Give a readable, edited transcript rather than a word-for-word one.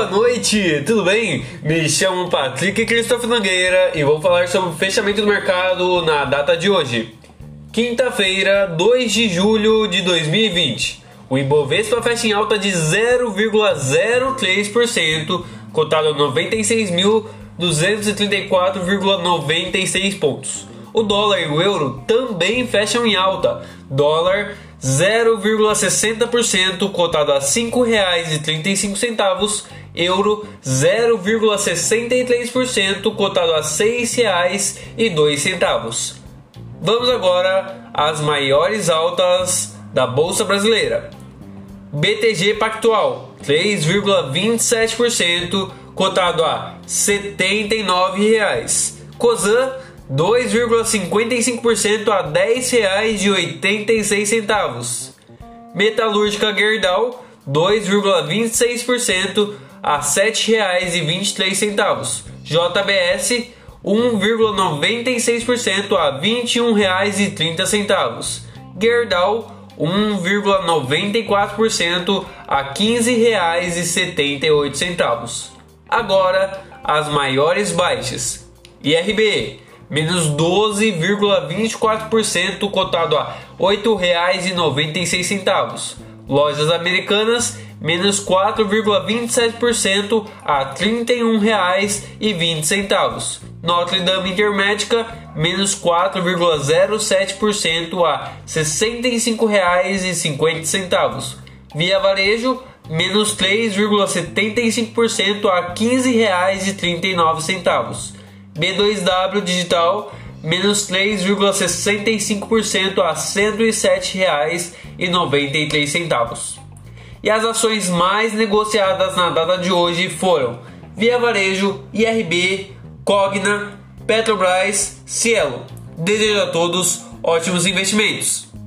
noite, tudo bem? Me chamo Patrick Christoph Nogueira e vou falar sobre o fechamento do mercado na data de hoje, quinta-feira, 2 de julho de 2020. O Ibovespa fecha em alta de 0,03%, cotado a 96.234,96 pontos. O dólar e o euro também fecham em alta. Dólar 0,60%, cotado a R$ 5,35. Euro 0,63%, cotado a R$ 6,02. Vamos agora às maiores altas da Bolsa Brasileira. BTG Pactual 3,27%, cotado a R$ 79,00. Cosan 2,55% a R$ 10,86. Metalúrgica Gerdau 2,26% a R$ 7,23. JBS 1,96% a R$ 21,30. Gerdau 1,94% a R$ 15,78. Agora as maiores baixas. IRB menos 12,24%, cotado a R$ 8,96. Lojas Americanas, menos 4,27% a R$ 31,20. Notre Dame Intermédica, menos 4,07% a R$ 65,50. Via Varejo, menos 3,75% a R$ 15,39. B2W Digital, menos 3,65% a R$ 107,93. E as ações mais negociadas na data de hoje foram Via Varejo, IRB, Cogna, Petrobras, Cielo. Desejo a todos ótimos investimentos.